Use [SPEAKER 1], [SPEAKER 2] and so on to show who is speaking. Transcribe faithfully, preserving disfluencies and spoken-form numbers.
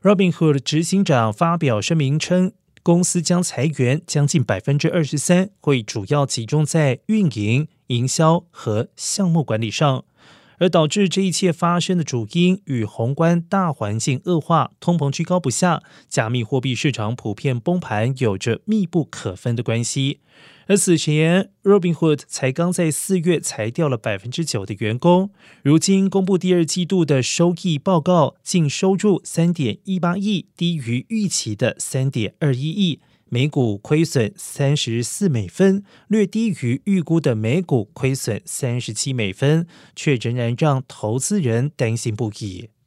[SPEAKER 1] Robinhood 执行长发表声明称，公司将裁员将近 百分之二十三， 会主要集中在运营、营销和项目管理上。而导致这一切发生的主因与宏观大环境恶化、通膨居高不下、加密货币市场普遍崩盘有着密不可分的关系。而此前 Robinhood 才刚在四月裁掉了 百分之九 的员工，如今公布第二季度的收益报告，净收入 三点一八亿，低于预期的 三点二一亿，每股亏损三十四美分，略低于预估的每股亏损三十七美分，却仍然让投资人担心不已。